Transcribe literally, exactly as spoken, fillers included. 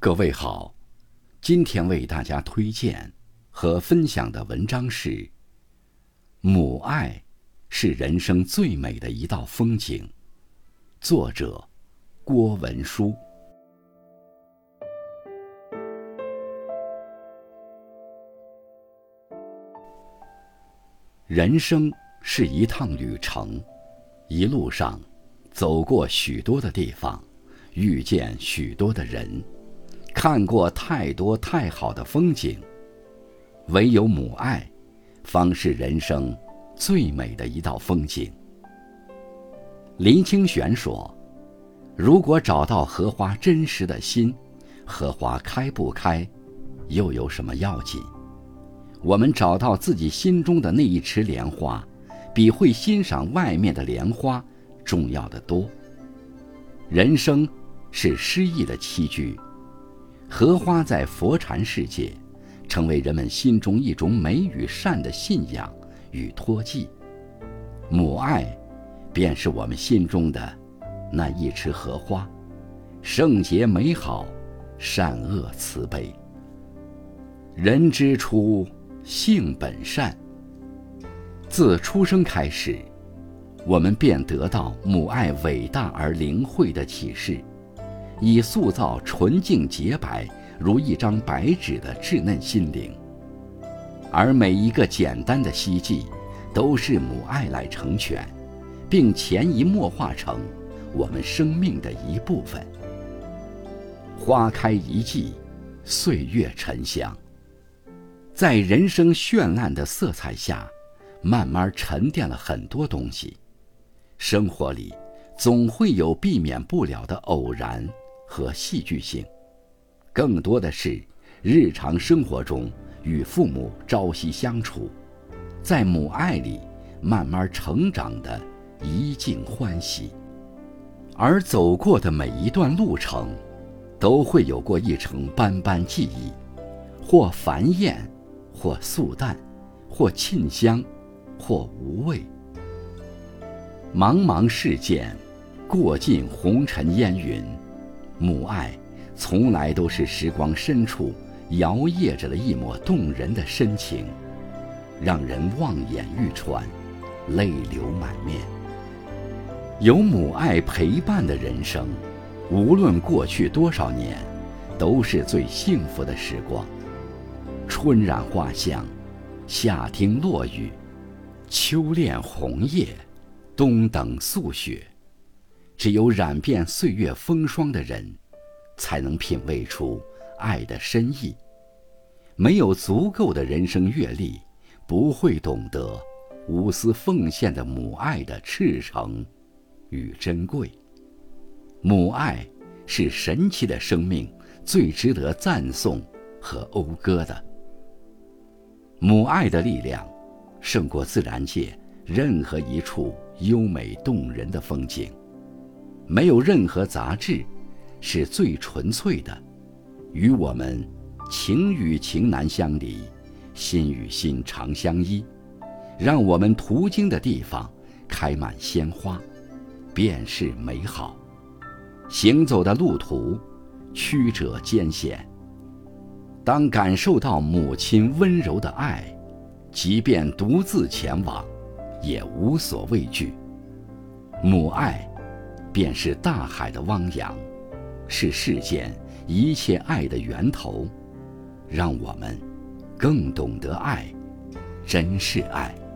各位好，今天为大家推荐和分享的文章是《母爱是人生最美的一道风景》，作者郭文书。人生是一趟旅程，一路上走过许多的地方，遇见许多的人，看过太多太好的风景，唯有母爱方是人生最美的一道风景。林清玄说，如果找到荷花真实的心，荷花开不开又有什么要紧？我们找到自己心中的那一池莲花，比会欣赏外面的莲花重要得多。人生是诗意的栖居，荷花在佛禅世界成为人们心中一种美与善的信仰与托寄。母爱便是我们心中的那一池荷花，圣洁美好，善恶慈悲。人之初，性本善。自出生开始，我们便得到母爱伟大而灵慧的启示，以塑造纯净洁白如一张白纸的稚嫩心灵。而每一个简单的希冀都是母爱来成全，并潜移默化成我们生命的一部分。花开一季，岁月沉香，在人生绚烂的色彩下，慢慢沉淀了很多东西。生活里总会有避免不了的偶然和戏剧性，更多的是日常生活中与父母朝夕相处，在母爱里慢慢成长的一境欢喜。而走过的每一段路程，都会有过一程斑斑记忆，或繁艳，或素淡，或沁香，或无味。茫茫世间，过尽红尘烟云，母爱从来都是时光深处摇曳着的一抹动人的深情，让人望眼欲穿，泪流满面。有母爱陪伴的人生，无论过去多少年，都是最幸福的时光。春染花香，夏听落雨，秋恋红叶，冬等素雪。只有染遍岁月风霜的人，才能品味出爱的深意。没有足够的人生阅历，不会懂得无私奉献的母爱的赤诚与珍贵。母爱是神奇的生命最值得赞颂和讴歌的。母爱的力量胜过自然界任何一处优美动人的风景。没有任何杂质是最纯粹的，与我们情与情难相离，心与心长相依。让我们途经的地方开满鲜花，便是美好。行走的路途曲折艰险，当感受到母亲温柔的爱，即便独自前往也无所畏惧。母爱便是大海的汪洋，是世间一切爱的源头。让我们更懂得爱，珍视爱。